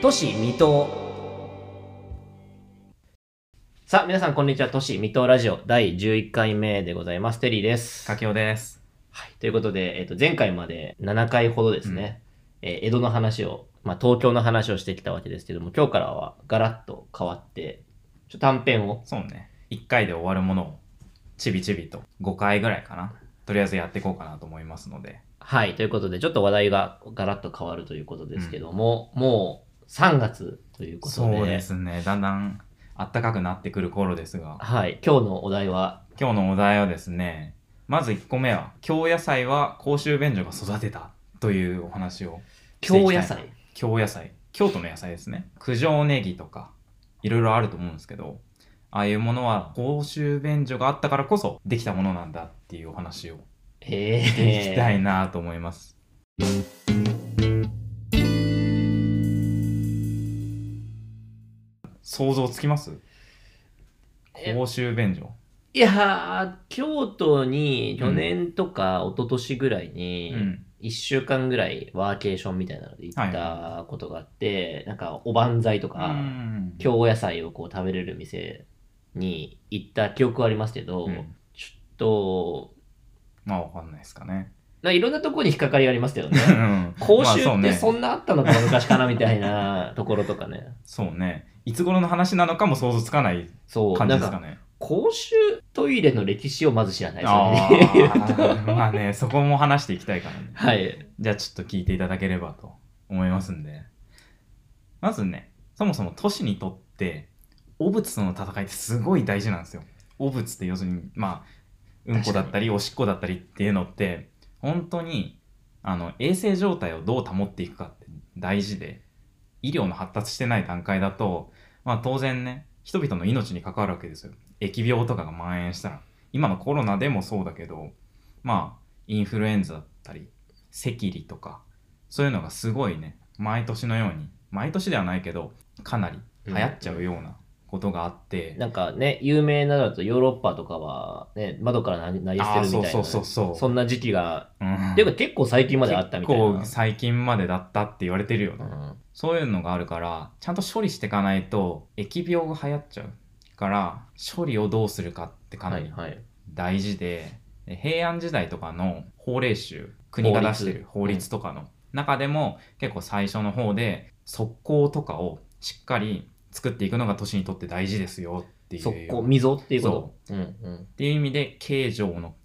都市未踏。さあ皆さんこんにちは。都市未踏ラジオ第11回目でございます。テリーです。 かきおです。 はい、ということで、前回まで7回ほどですね、江戸の話を、東京の話をしてきたわけですけども、今日からはガラッと変わって短編を、 そうね、1回で終わるものをちびちびと5回ぐらいかな、とりあえずやっていこうかなと思いますので。 はい、ということでちょっと話題がガラッと変わるということですけども、もう3月ということで。 そうですね、だんだん暖かくなってくる頃ですが、 はい、今日のお題はですね、まず1個目は、京野菜は公衆便所が育てたというお話をしていきたい。 京野菜。 京野菜。京都の野菜ですね。九条ネギとか、いろいろあると思うんですけど、ああいうものは公衆便所があったからこそできたものなんだっていうお話をしていきたいなと思います。想像つきます？公衆便所。 いやー、京都に去年とか一昨年ぐらいに、1週間ぐらいワーケーションみたいなので行ったことがあって、なんかおばんざいとか、京野菜をこう食べれる店に行った記憶はありますけど、ちょっと、 まあわかんないですかね。 いろんなところに引っかかりがありますけどね。公衆ってそんなあったのかな、昔かなみたいなところとかね。 そうね。いつ頃の話なのかも想像つかない感じですかね。 公衆トイレの歴史をまず知らないですよね。まあね、そこも話していきたいからね。 はい。 じゃあちょっと聞いていただければと思いますんで。まずね、そもそも都市にとって、汚物との戦いってすごい大事なんですよ。汚物って要するに、うんこだったりおしっこだったりっていうのって、本当に、衛生状態をどう保っていくかって大事で、医療の発達してない段階だと、当然ね、人々の命に関わるわけですよ。疫病とかが蔓延したら。今のコロナでもそうだけど、インフルエンザだったり、赤痢とか、そういうのがすごいね、毎年のように、毎年ではないけど、かなり流行っちゃうようなことがあって。 なんかね、有名なのだとヨーロッパとかは、ね、窓から投げ捨てるみたいな、そんな時期が、っていうか結構最近まであったみたいな。 結構最近までだったって言われてるよね。そういうのがあるから、ちゃんと処理していかないと、疫病が流行っちゃうから、処理をどうするかってかなり大事で、平安時代とかの法令集、国が出してる法律とかの中でも、結構最初の方で、側溝とかをしっかり作っていくのが都市にとって大事ですよっていう。 側溝、溝っていうこと。 っていう意味で、京城の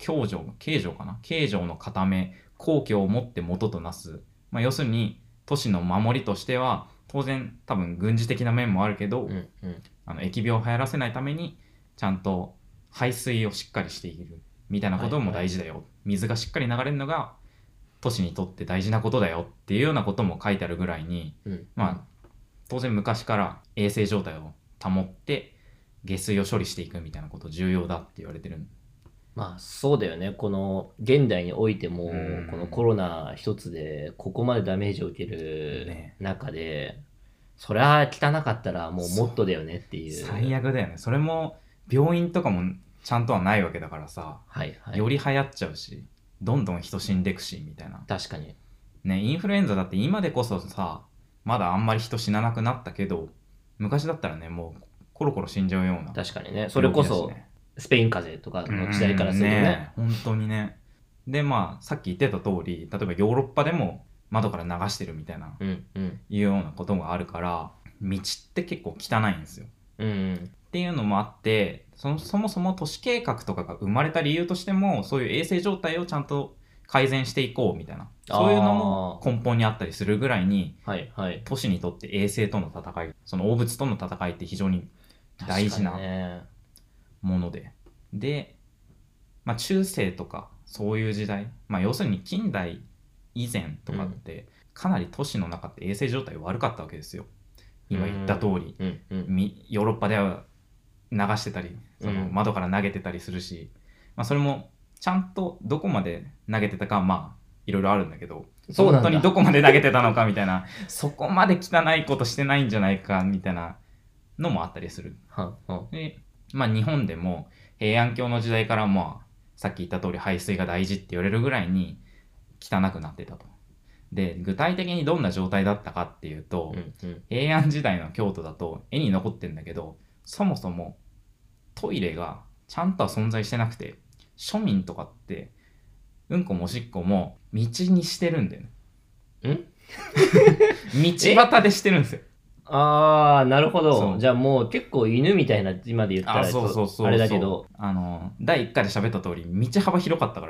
固め、皇居をもって元となす。要するに、都市の守りとしては、当然多分軍事的な面もあるけど、疫病を流行らせないためにちゃんと排水をしっかりしているみたいなことも大事だよ、水がしっかり流れるのが都市にとって大事なことだよっていうようなことも書いてあるぐらいに、当然昔から衛生状態を保って下水を処理していくみたいなこと重要だって言われてる。 そうだよね。この現代においても、このコロナ一つでここまでダメージを受ける中で、そりゃ汚かったらもっとだよねっていう。 最悪だよね。それも病院とかもちゃんとはないわけだからさ、より流行っちゃうし、どんどん人死んでくしみたいな。 確かにね。インフルエンザだって今でこそさ、まだあんまり人死ななくなったけど、昔だったらね、もうコロコロ死んじゃうような。 確かにね。それこそスペイン風邪とかの時代からするとね。 本当にね。でさっき言ってた通り、例えばヨーロッパでも窓から流してるみたいな、いうようなことがあるから、道って結構汚いんですよ。っていうのもあって、そもそも都市計画とかが生まれた理由としても、そういう衛生状態をちゃんと改善していこうみたいな、そういうのも根本にあったりするぐらいに、都市にとって衛生との戦い、その汚物との戦いって非常に大事なもので、中世とかそういう時代、要するに近代以前とかってかなり都市の中って衛生状態悪かったわけですよ。今言った通り、ヨーロッパでは流してたり、その窓から投げてたりするし、それもちゃんとどこまで投げてたかいろいろあるんだけど、本当にどこまで投げてたのかみたいな、そこまで汚いことしてないんじゃないかみたいなのもあったりする。で、日本でも平安京の時代からさっき言った通り排水が大事って言われるぐらいに汚くなってたと。 で、具体的にどんな状態だったかっていうと、平安時代の京都だと絵に残ってんだけど、そもそもトイレがちゃんとは存在してなくて、庶民とかってうんこもおしっこも道にしてるんだよね。道端でしてるんですよ。 あー、なるほど。じゃあもう結構犬みたいな、今で言ったらあれだけど。 第1回で喋った通り、道幅広かったから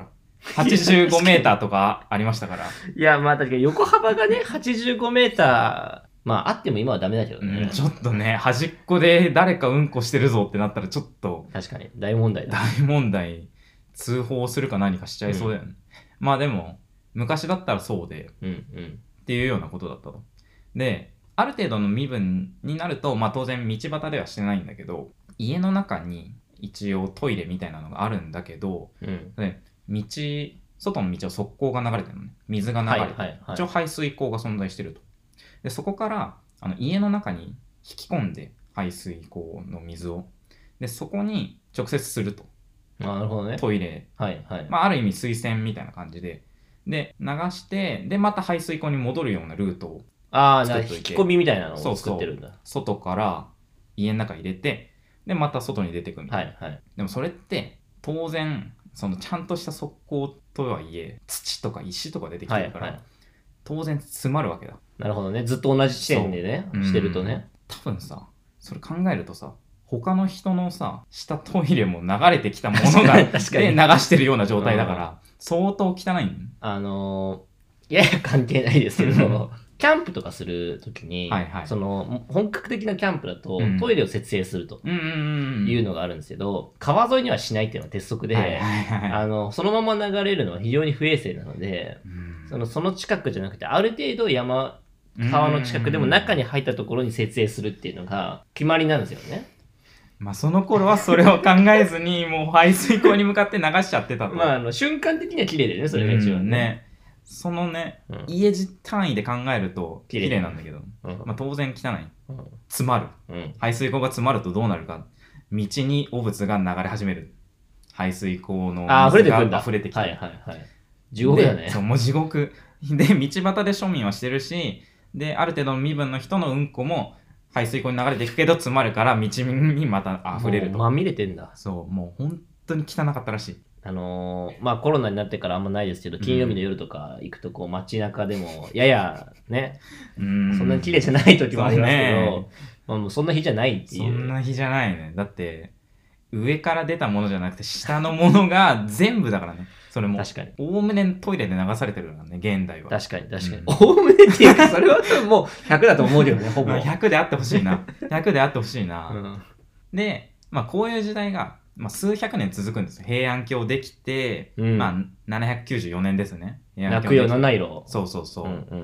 。85メーターとかありましたから。 いや、まあ確かに横幅がね、85メーター、まああっても今はダメだけどね。 ちょっとね、端っこで誰かうんこしてるぞってなったらちょっと。 確かに、大問題だ。 大問題。通報するか何かしちゃいそうだよね。まあでも、昔だったらそうで、っていうようなことだったと。で、ある程度の身分になると、まあ当然道端ではしてないんだけど、家の中に一応トイレみたいなのがあるんだけど、で外の道を側溝が流れてるのね。水が流れて、一応排水溝が存在してると。で、そこから家の中に引き込んで排水溝の水を。で、そこに直接すると。 なるほどね。 トイレ。まあある意味水洗みたいな感じで。で、流して、で、また排水溝に戻るようなルートを作っといて。引き込みみたいなのを作ってるんだ。 外から家の中入れて、で、また外に出てくみたいな。でもそれって、当然、そのちゃんとした側溝とはいえ、土とか石とか出てきてるから、当然詰まるわけだ。 なるほどね。ずっと同じ地点でね、してるとね。 多分さ、それ考えるとさ、他の人のさ、下トイレも流れてきたものがで流してるような状態だから、相当汚いんやや関係ないですけど、キャンプとかするときに、その、本格的なキャンプだと、トイレを設営するというのがあるんですけど、川沿いにはしないっていうのは鉄則で、そのまま流れるのは非常に不衛生なので、その近くじゃなくて、ある程度川の近くでも中に入ったところに設営するっていうのが決まりなんですよね。 まあその頃はそれを考えずに、もう排水溝に向かって流しちゃってたと。 まあ瞬間的には綺麗だよね、それが一番ね。 そのね、家単位で考えると綺麗なんだけど、まあ当然汚い。詰まる。排水溝が詰まるとどうなるか。道に汚物が流れ始める。排水溝の水が溢れてきて。 地獄だね。 そう、もう地獄。で、道端で庶民はしてるし、で、ある程度の身分の人のうんこも、排水溝に流れていくけど詰まるから道にまた溢れると。 まみれてんだ。 そう、もう本当に汚かったらしい。 まあコロナになってからあんまないですけど、金曜日の夜とか行くとこう街中でもややね、そんなに綺麗じゃない時もありますけど、まあもうそんな日じゃないっていう。 そんな日じゃないね。だって上から出たものじゃなくて下のものが全部だからね。それも確かに。 おおむねトイレで流されてるからね、現代は。 確かに。おおむねっていうか、それはもう100だと思うけどね、ほぼ。 100であってほしいな。100であってほしいな。で、まあこういう時代が、まあ、数百年続くんですよ。平安京できて、まあ794年ですね。 落葉七色。 そう。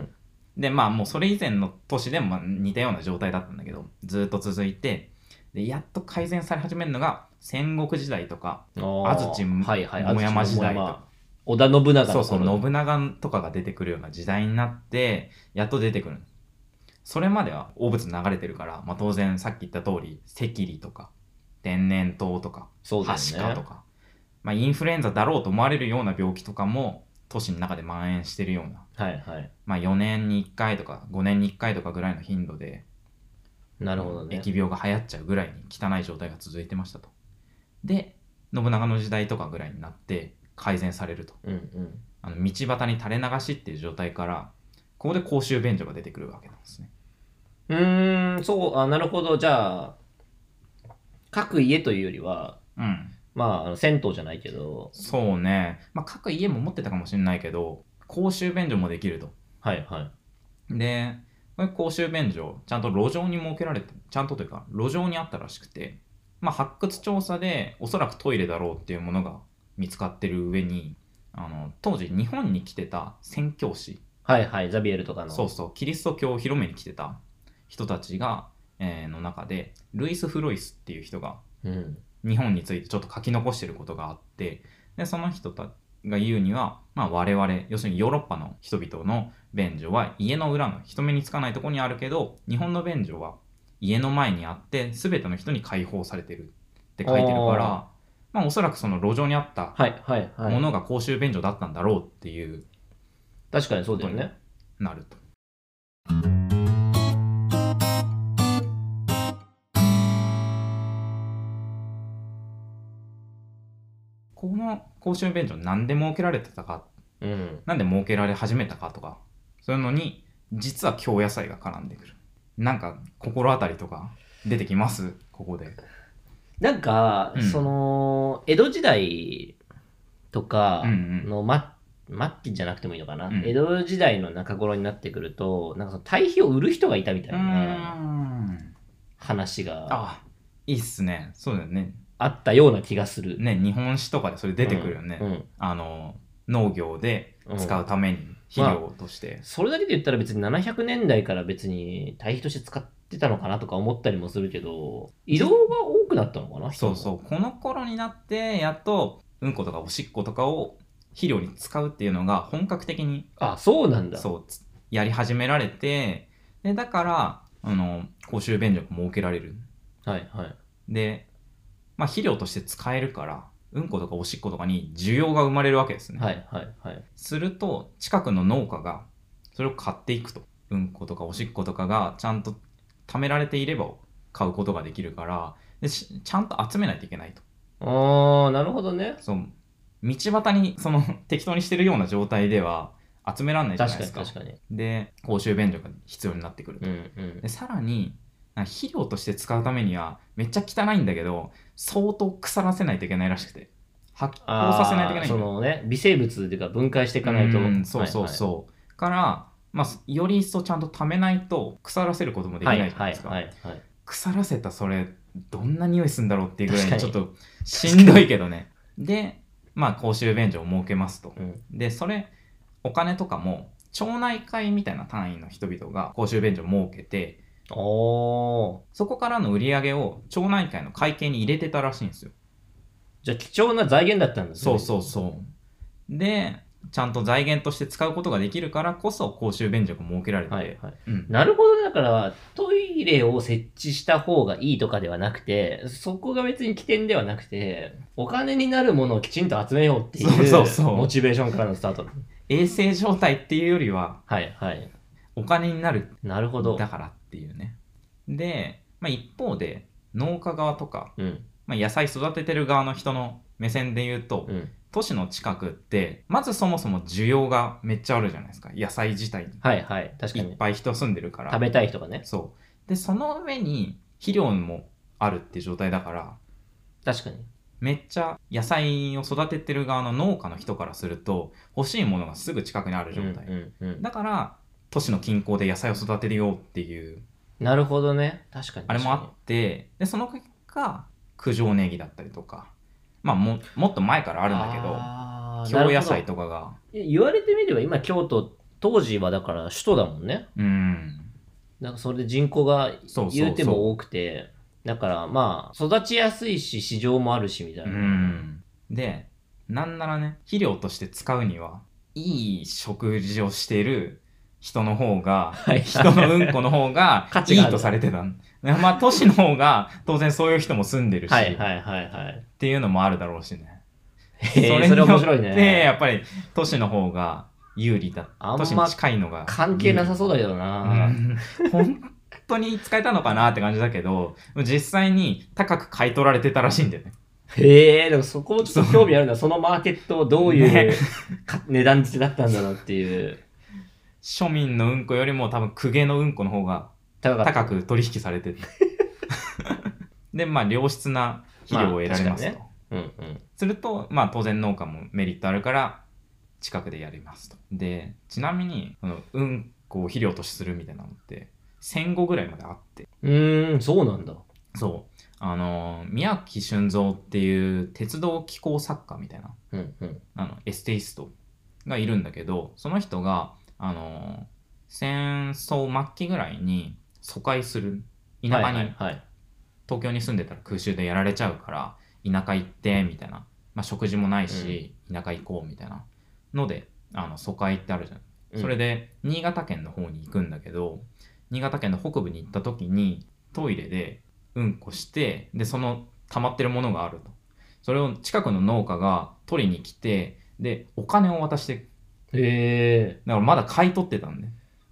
で、まあもうそれ以前の年でも似たような状態だったんだけど、ずっと続いて、で、やっと改善され始めるのが、戦国時代とか、安土桃山時代とか。 織田信長そう、信長とかが出てくるような時代になって、やっと出てくる。それまでは汚物流れてるから、まあ当然さっき言った通り、赤痢とか、天然痘とか、はしかとか、まあインフルエンザだろうと思われるような病気とかも、都市の中で蔓延してるような。まあ4年に1回とか、5年に1回とかぐらいの頻度で、 なるほどね。 疫病が流行っちゃうぐらいに汚い状態が続いてましたと。で、信長の時代とかぐらいになって改善されると。道端に垂れ流しっていう状態から、ここで公衆便所が出てくるわけなんですね。 なるほど。じゃあ、各家というよりは、まあ、銭湯じゃないけど。 そうね。まあ、各家も持ってたかもしれないけど、公衆便所もできると。で、これ公衆便所、ちゃんと路上に設けられて、ちゃんとというか、路上にあったらしくて、まあ、発掘調査でおそらくトイレだろうっていうものが見つかってる上に、当時日本に来てた宣教師。 ザビエルとかの。 そう、キリスト教を広めに来てた人たちが、の中で、ルイス・フロイスっていう人が、日本についてちょっと書き残してることがあって、で、その人が言うには、まあ我々、要するにヨーロッパの人々の便所は家の裏の人目につかないところにあるけど、日本の便所は家の前にあって、すべての人に開放されてるって書いてるから、まあおそらくその路上にあったものが公衆便所だったんだろうっていう。 確かにそうだよね。 なると。この公衆便所なんで設けられてたか、なんで設けられ始めたかとか、そういうのに実は京野菜が絡んでくる。なんか心当たりとか出てきます？ここで。 なんか、その江戸時代とかの末期じゃなくてもいいのかな、江戸時代の中頃になってくると、なんかその堆肥を売る人がいたみたいな話がいいっすね。そうだよね。 あったような気がする。 ね、日本史とかでそれ出てくるよね。農業で使うために肥料として、 それだけで言ったら別に700年代から別に堆肥として使ってたのかなとか思ったりもするけど、移動が多くなったのかな。 そうそう。この頃になってやっとうんことかおしっことかを肥料に使うっていうのが本格的にそうなんだ。 そうやり始められて、でだから公衆便所が設けられる。 はいはい。 で、肥料として使えるから、うんことかおしっことかに需要が生まれるわけですね。 はいはいはい。 すると、近くの農家がそれを買っていくと。うんことかおしっことかがちゃんと貯められていれば買うことができるから、ちゃんと集めないといけないと。なるほどね。 そう。道端に適当にしてるような状態では集められないじゃないですか。 確かに。 で、公衆便所が必要になってくると。でさらに、肥料として使うためにはめっちゃ汚いんだけど相当腐らせないといけないらしくて、発酵させないといけないんだよ。 そのね、微生物というか分解していかないと。 そうそうそう、から、より一層ちゃんと貯めないと腐らせることもできないじゃないですか。腐らせたそれどんな匂いするんだろうっていうぐらいちょっとしんどいけどね。で公衆便所を設けますと、でそれお金とかも町内会みたいな単位の人々が公衆便所を設けて、そこからの売り上げを町内会の会計に入れてたらしいんですよ。 じゃあ貴重な財源だったんですね。 そうでちゃんと財源として使うことができるからこそ公衆便所が設けられて、 なるほど。だからトイレを設置した方がいいとかではなくて、そこが別に起点ではなくて、お金になるものをきちんと集めようっていうモチベーションからのスタート。 衛生状態っていうよりは、お金になる。 なるほど。 だからっていうね。で、一方で農家側とか、野菜育ててる側の人の目線で言うと、都市の近くってまずそもそも需要がめっちゃあるじゃないですか。野菜自体に確かにいっぱい人住んでるから、 食べたい人がね。 そうで、その上に肥料もあるっていう状態だから、 確かにめっちゃ野菜を育ててる側の農家の人からすると欲しいものがすぐ近くにある状態、だから都市の近郊で野菜を育てるよっていう。 なるほどね。確かにあれもあって、でその結果九条ネギだったりとか、もっと前からあるんだけど、京野菜とかが。 言われてみれば今京都、当時はだから首都だもんね。なんかそれで人口が言うても多くて、だから育ちやすいし市場もあるしみたいな。 で、なんならね、肥料として使うにはいい食事をしている人の方が、人のうんこの方がいいとされてた。都市の方が当然そういう人も住んでるし、っていうのもあるだろうしね。 それ面白いね。 で、やっぱり都市の方が有利だ。都市に近いのが関係なさそうだけどな。 本当に使えたのかなって感じだけど、実際に高く買い取られてたらしいんだよね。 でもそこもちょっと興味あるんだ。そのマーケットをどういう値段付けだったんだろうっていう。 庶民のうんこよりも多分公家のうんこの方が高く取引されててで良質な肥料を得られますと、すると当然農家もメリットあるから近くでやりますと。でちなみにこのうんこを肥料としてするみたいなのって戦後ぐらいまであって。 そうなんだ。 そう宮城俊三っていう鉄道機構作家みたいな、エステイストがいるんだけど、その人が戦争末期ぐらいに疎開する。田舎に、東京に住んでたら空襲でやられちゃうから田舎行ってみたいな、食事もないし、田舎行こうみたいなので疎開ってあるじゃん、それで新潟県の方に行くんだけど、新潟県の北部に行った時にトイレでうんこして、でその溜まってるものがあると。それを近くの農家が取りに来て、でお金を渡して、だからまだ買い取ってたんで。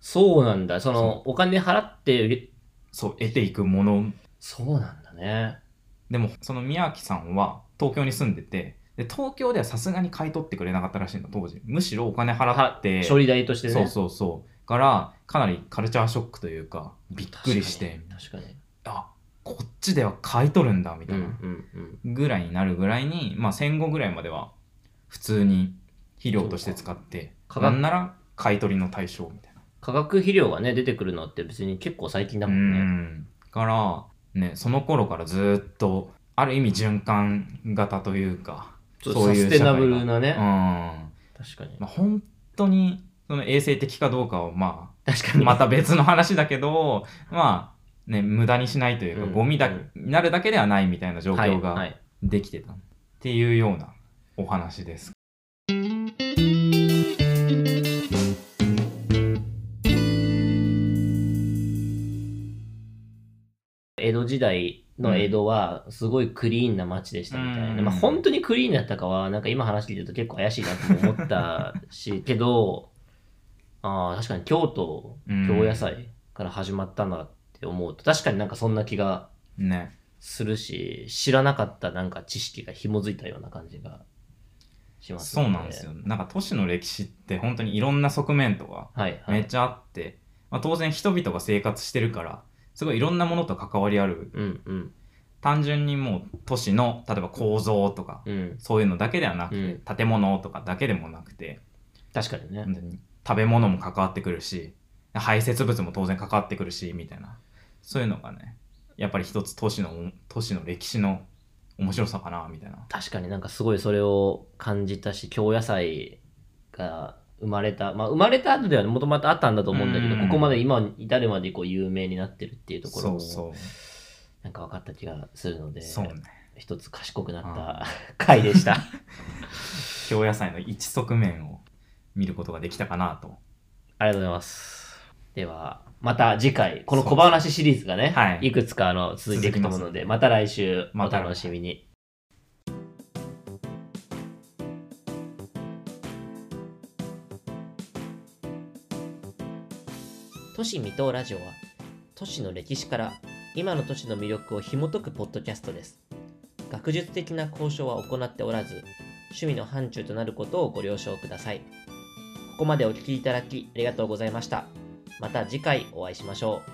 そうなんだ。そのお金払ってそう得ていくもの。 そうなんだね。 でもその宮脇さんは東京に住んでて、で東京ではさすがに買い取ってくれなかったらしいの当時。むしろお金払って処理代としてね。 そうからかなりカルチャーショックというかびっくりして、 確かにあ、こっちでは買い取るんだみたいなぐらいになるぐらいに、まあ戦後ぐらいまでは普通に肥料として使って、なんなら買い取りの対象みたいな。 化学肥料がね出てくるのって別に結構最近だもんね。 からね、その頃からずっとある意味循環型というか、 そういうサステナブルなね。確かに。 まあ、本当にその衛生的かどうかはまあ確かにまた別の話だけど、まあね、無駄にしないというか、ゴミになるだけではないみたいな状況ができてたっていうようなお話です。 江戸時代の江戸はすごいクリーンな街でしたみたいな。まあ本当にクリーンだったかは、なんか今話聞いてると結構怪しいなと思ったし、けど、確かに京都、京野菜から始まったんだって思うと、確かになんかそんな気がするし、知らなかったなんか知識が紐づいたような感じがしますね。 そうなんですよ。なんか都市の歴史って本当にいろんな側面とかめっちゃあって、まあ、当然人々が生活してるから、すごいいろんなものと関わりある。単純にもう都市の例えば構造とか、そういうのだけではなくて、建物とかだけでもなくて、 確かにね。 食べ物も関わってくるし、排泄物も当然関わってくるしみたいな、そういうのがね、やっぱり一つ都市の歴史の面白さかなみたいな。 確かになんかすごいそれを感じたし、京野菜が生まれた後ではもともとあったんだと思うんだけど、ここまで今至るまでこう有名になってるっていうところもなんか分かった気がするので、一つ賢くなった回でした。 京野菜の一側面を見ることができたかなと。 ありがとうございます。ではまた次回、この小話シリーズがね、いくつか続いていくと思うので、また来週お楽しみに。都市未踏ラジオは、都市の歴史から今の都市の魅力を紐解くポッドキャストです。学術的な交渉は行っておらず、趣味の範疇となることをご了承ください。ここまでお聞きいただきありがとうございました。また次回お会いしましょう。